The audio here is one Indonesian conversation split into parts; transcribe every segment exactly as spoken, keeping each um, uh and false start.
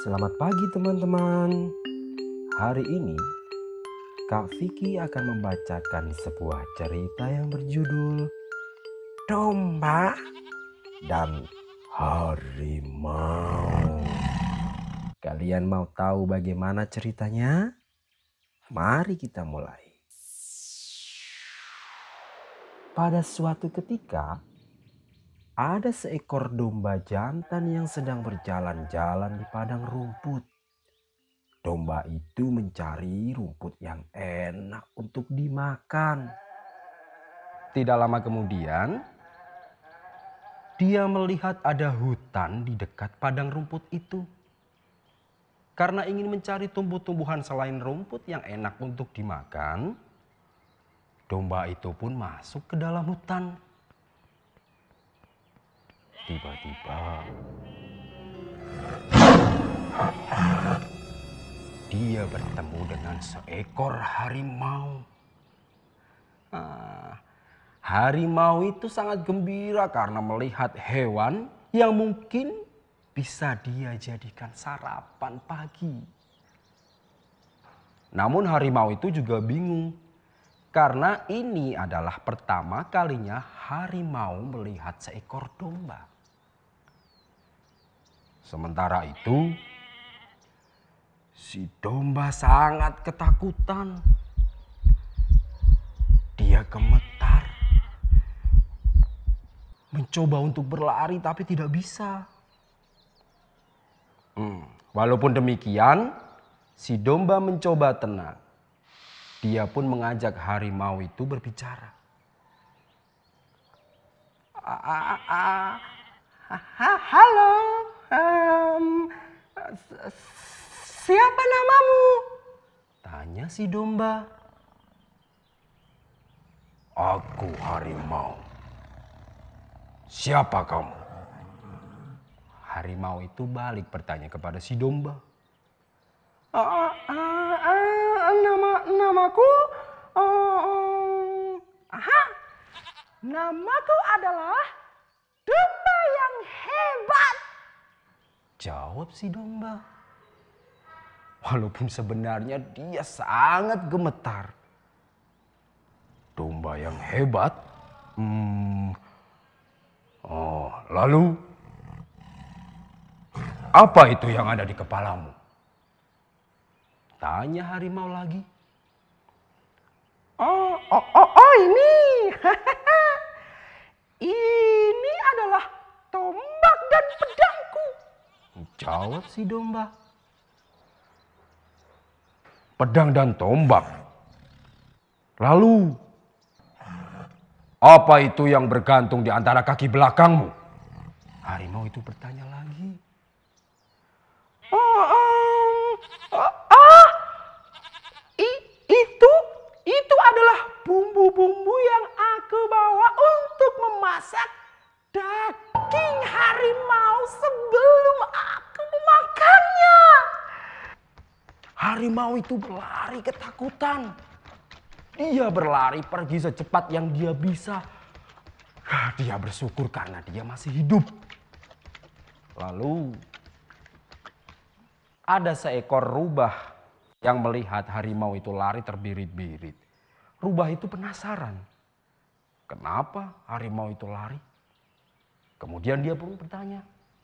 Selamat pagi teman-teman. Hari ini Kak Vicky akan membacakan sebuah cerita yang berjudul Domba dan Harimau. Kalian mau tahu bagaimana ceritanya? Mari kita mulai. Pada suatu ketika, ada seekor domba jantan yang sedang berjalan-jalan di padang rumput. Domba itu mencari rumput yang enak untuk dimakan. Tidak lama kemudian, dia melihat ada hutan di dekat padang rumput itu. Karena ingin mencari tumbuh-tumbuhan selain rumput yang enak untuk dimakan, domba itu pun masuk ke dalam hutan. Tiba-tiba dia bertemu dengan seekor harimau. Nah, harimau itu sangat gembira karena melihat hewan yang mungkin bisa dia jadikan sarapan pagi. Namun harimau itu juga bingung karena ini adalah pertama kalinya harimau melihat seekor domba. Sementara itu, si domba sangat ketakutan. Dia gemetar. Mencoba untuk berlari tapi tidak bisa. Hmm, walaupun demikian, si domba mencoba tenang. Dia pun mengajak harimau itu berbicara. Halo, um, siapa namamu? Tanya si domba. Aku harimau. Siapa kamu? Harimau itu balik bertanya kepada si domba. Uh, uh, uh, nama namaku, uh, uh, aha, namaku adalah domba yang hebat. Jawab si domba. Walaupun sebenarnya dia sangat gemetar. Domba yang hebat? Hmm. Oh, lalu apa itu yang ada di kepalamu? Tanya harimau lagi. Oh, oh, oh, oh ini. Ini adalah tombak dan pedangku. Jawab si domba. Pedang dan tombak. Lalu, apa itu yang bergantung di antara kaki belakangmu? Harimau itu bertanya lagi. Oh, um, oh, ah, I, itu, itu adalah bumbu-bumbu yang aku bawa untuk memasak daging harimau sebelum aku memakannya. Harimau itu berlari ketakutan. Dia berlari pergi secepat yang dia bisa. Dia bersyukur karena dia masih hidup. Lalu ada seekor rubah yang melihat harimau itu lari terbirit-birit. Rubah itu penasaran. Kenapa harimau itu lari? Kemudian dia pun bertanya.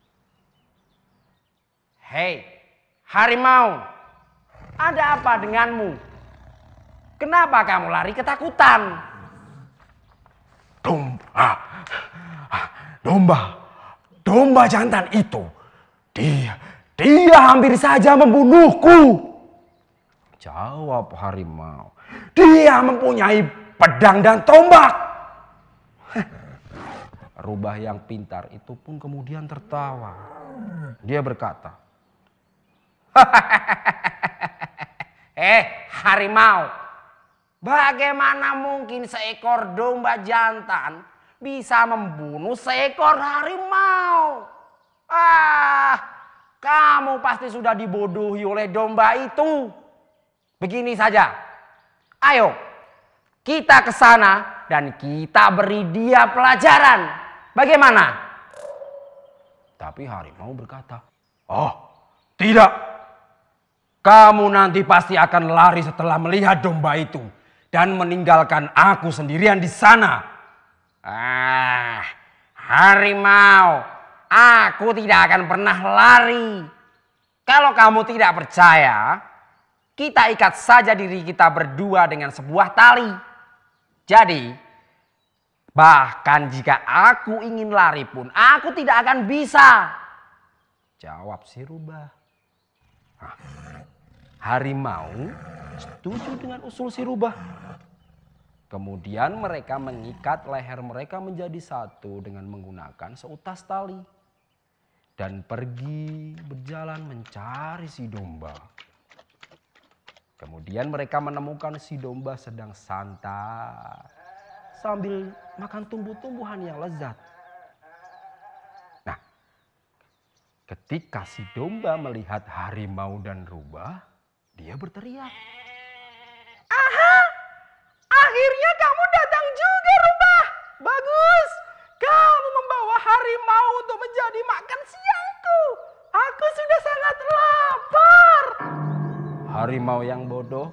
Hei, harimau, ada apa denganmu? Kenapa kamu lari ketakutan? Domba, domba, domba jantan itu, dia, dia hampir saja membunuhku. Jawab harimau. Dia mempunyai pedang dan tombak. Rubah yang pintar itu pun kemudian tertawa. Dia berkata, eh harimau, bagaimana mungkin seekor domba jantan bisa membunuh seekor harimau? Ah, kamu pasti sudah dibodohi oleh domba itu. Begini saja, ayo kita ke sana dan kita beri dia pelajaran. Bagaimana? Tapi harimau berkata, oh Tidak. Kamu nanti pasti akan lari setelah melihat domba itu dan meninggalkan aku sendirian di sana. Ah, harimau, aku tidak akan pernah lari. Kalau kamu tidak percaya, kita ikat saja diri kita berdua dengan sebuah tali. Jadi, bahkan jika aku ingin lari pun, aku tidak akan bisa. Jawab si rubah. Nah, harimau setuju dengan usul si rubah. Kemudian mereka mengikat leher mereka menjadi satu dengan menggunakan seutas tali. Dan pergi berjalan mencari si domba. Kemudian mereka menemukan si domba sedang santai sambil makan tumbuh-tumbuhan yang lezat. Nah, ketika si domba melihat harimau dan rubah, dia berteriak. Aha, akhirnya kamu datang juga, rubah. Bagus, kamu membawa harimau untuk menjadi makan siangku. Aku sudah sangat lapar. Harimau yang bodoh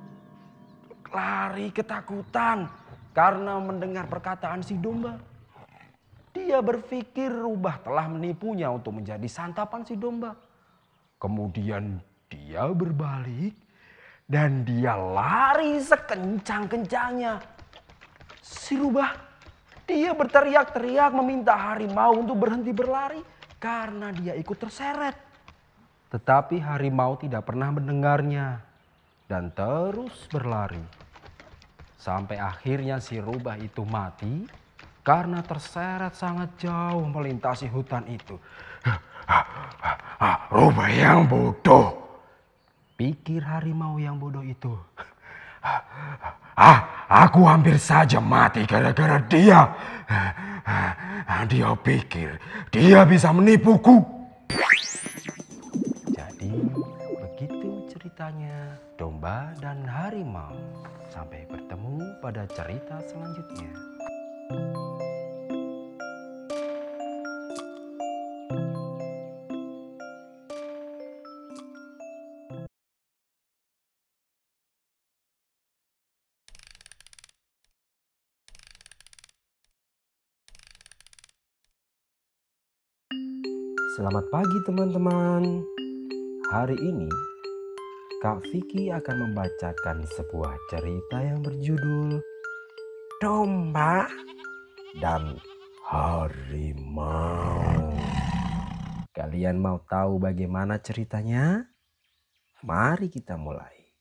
lari ketakutan karena mendengar perkataan si domba. Dia berpikir rubah telah menipunya untuk menjadi santapan si domba. Kemudian dia berbalik dan dia lari sekencang-kencangnya. Si rubah, dia berteriak-teriak meminta harimau untuk berhenti berlari karena dia ikut terseret. Tetapi harimau tidak pernah mendengarnya dan terus berlari. Sampai akhirnya si rubah itu mati karena terseret sangat jauh melintasi hutan itu. Rubah yang bodoh, pikir harimau yang bodoh itu. Ah, aku hampir saja mati gara-gara dia. Dia pikir dia bisa menipuku. Jadi begitu ceritanya domba dan harimau. Sampai bertemu pada cerita selanjutnya. Selamat pagi teman-teman. Hari ini Kak Vicky akan membacakan sebuah cerita yang berjudul Domba dan Harimau. Kalian mau tahu bagaimana ceritanya? Mari kita mulai.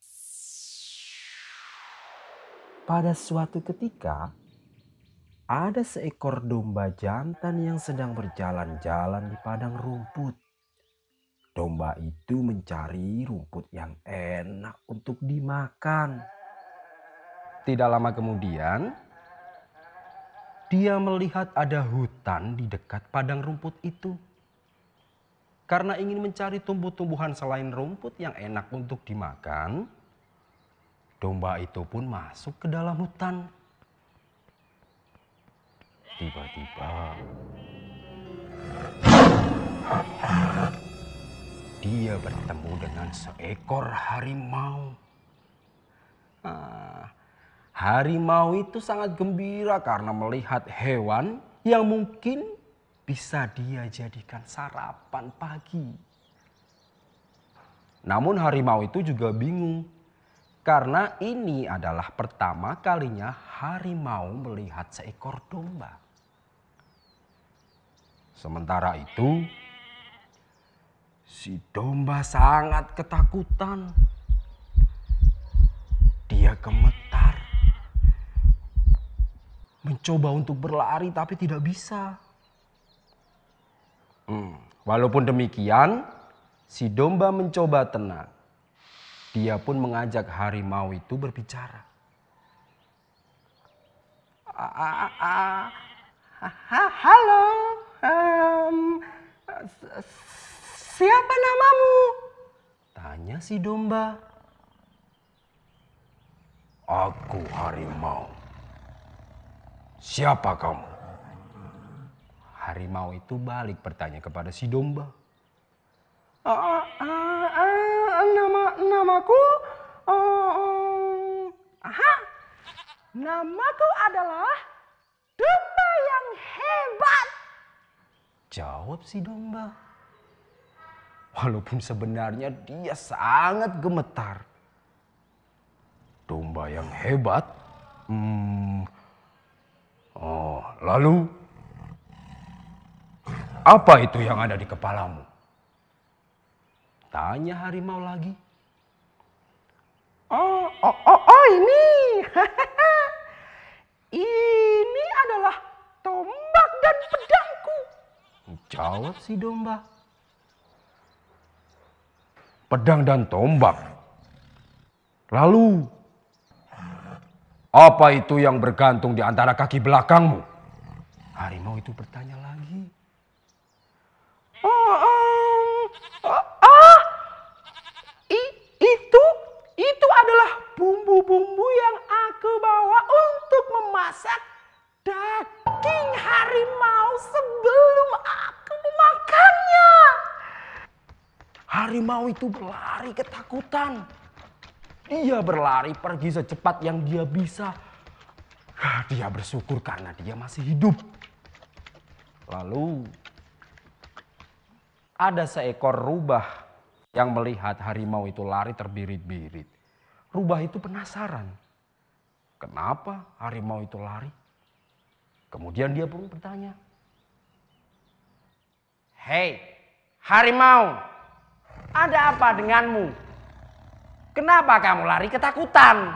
Pada suatu ketika, ada seekor domba jantan yang sedang berjalan-jalan di padang rumput. Domba itu mencari rumput yang enak untuk dimakan. Tidak lama kemudian, dia melihat ada hutan di dekat padang rumput itu. Karena ingin mencari tumbuh-tumbuhan selain rumput yang enak untuk dimakan, domba itu pun masuk ke dalam hutan. Tiba-tiba dia bertemu dengan seekor harimau. Ah, harimau itu sangat gembira karena melihat hewan yang mungkin bisa dia jadikan sarapan pagi. Namun harimau itu juga bingung karena ini adalah pertama kalinya harimau melihat seekor domba. Sementara itu, si domba sangat ketakutan. Dia gemetar, mencoba untuk berlari tapi tidak bisa. Hmm, walaupun demikian, si domba mencoba tenang. Dia pun mengajak harimau itu berbicara. Halo, um, siapa namamu? Tanya si domba. Aku harimau. Siapa kamu? Harimau itu balik bertanya kepada si domba. Uh, uh, uh, nama namaku, uh, aha, namaku adalah domba yang hebat. Jawab si domba. Walaupun sebenarnya dia sangat gemetar. Domba yang hebat? Hmm. Oh, lalu apa itu yang ada di kepalamu? Tanya harimau lagi. Oh, oh, oh, oh ini. Ini adalah tombak dan pedangku. Jawab si domba. Pedang dan tombak. Lalu, apa itu yang bergantung di antara kaki belakangmu? Harimau itu bertanya lagi. Oh, um, oh, ah, I, itu, itu adalah bumbu-bumbu yang aku bawa untuk memasak daging harimau sebelum aku memakannya. Harimau itu berlari ketakutan. Dia berlari pergi secepat yang dia bisa. Dia bersyukur karena dia masih hidup. Lalu ada seekor rubah yang melihat harimau itu lari terbirit-birit. Rubah itu penasaran. Kenapa harimau itu lari? Kemudian dia pun bertanya. Hei, harimau. Ada apa denganmu? Kenapa kamu lari ketakutan?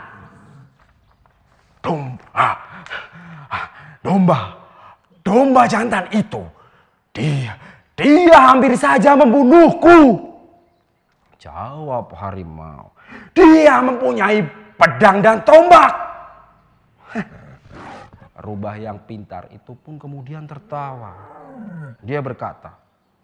Domba, domba, domba jantan itu, dia, dia hampir saja membunuhku. Jawab harimau, dia mempunyai pedang dan tombak. Rubah yang pintar itu pun kemudian tertawa. Dia berkata,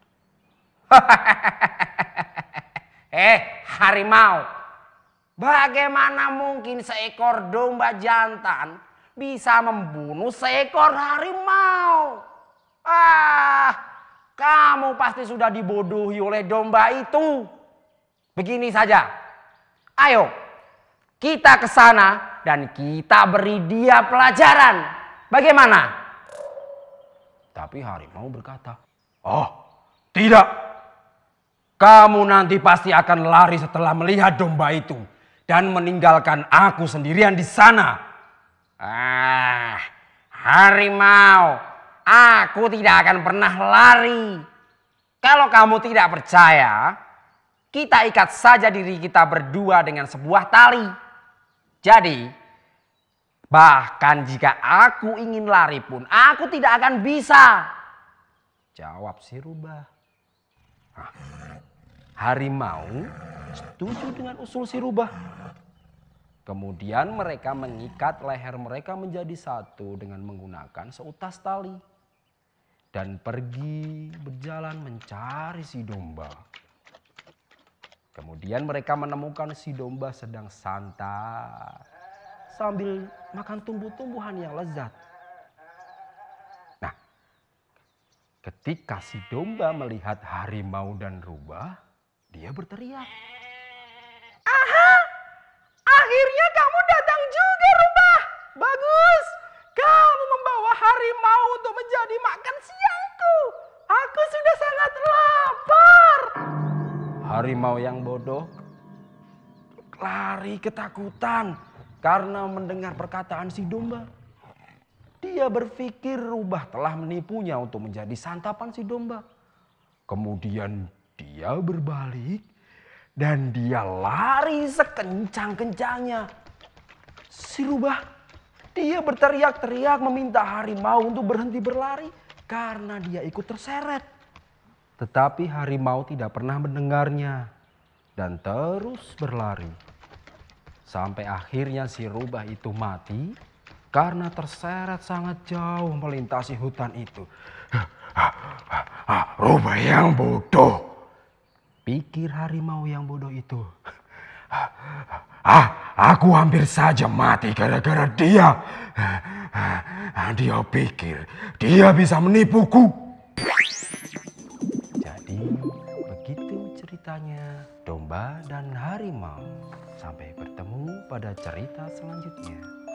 Eh, harimau, bagaimana mungkin seekor domba jantan bisa membunuh seekor harimau? Ah, kamu pasti sudah dibodohi oleh domba itu. Begini saja, ayo kita ke sana dan kita beri dia pelajaran. Bagaimana? Tapi harimau berkata, oh tidak. Kamu nanti pasti akan lari setelah melihat domba itu. Dan meninggalkan aku sendirian di sana. Ah, harimau, aku tidak akan pernah lari. Kalau kamu tidak percaya, kita ikat saja diri kita berdua dengan sebuah tali. Jadi, bahkan jika aku ingin lari pun, aku tidak akan bisa. Jawab si rubah. Nah, harimau setuju dengan usul si rubah. Kemudian mereka mengikat leher mereka menjadi satu dengan menggunakan seutas tali. Dan pergi berjalan mencari si domba. Kemudian mereka menemukan si domba sedang santai sambil makan tumbuh-tumbuhan yang lezat. Nah, ketika si domba melihat harimau dan rubah, dia berteriak. Aha, akhirnya kamu datang juga, rubah. Bagus, kamu membawa harimau untuk menjadi makan siangku. Aku sudah sangat lapar. Harimau yang bodoh lari ketakutan karena mendengar perkataan si domba. Dia berpikir rubah telah menipunya untuk menjadi santapan si domba. Kemudian dia berbalik dan dia lari sekencang-kencangnya. Si rubah, dia berteriak-teriak meminta harimau untuk berhenti berlari karena dia ikut terseret. Tetapi harimau tidak pernah mendengarnya dan terus berlari. Sampai akhirnya si rubah itu mati karena terseret sangat jauh melintasi hutan itu. Rubah yang bodoh, pikir harimau yang bodoh itu. Ah, aku hampir saja mati gara-gara dia. Dia pikir dia bisa menipuku. Jadi begitu ceritanya Domba dan Harimau. Sampai bertemu pada cerita selanjutnya.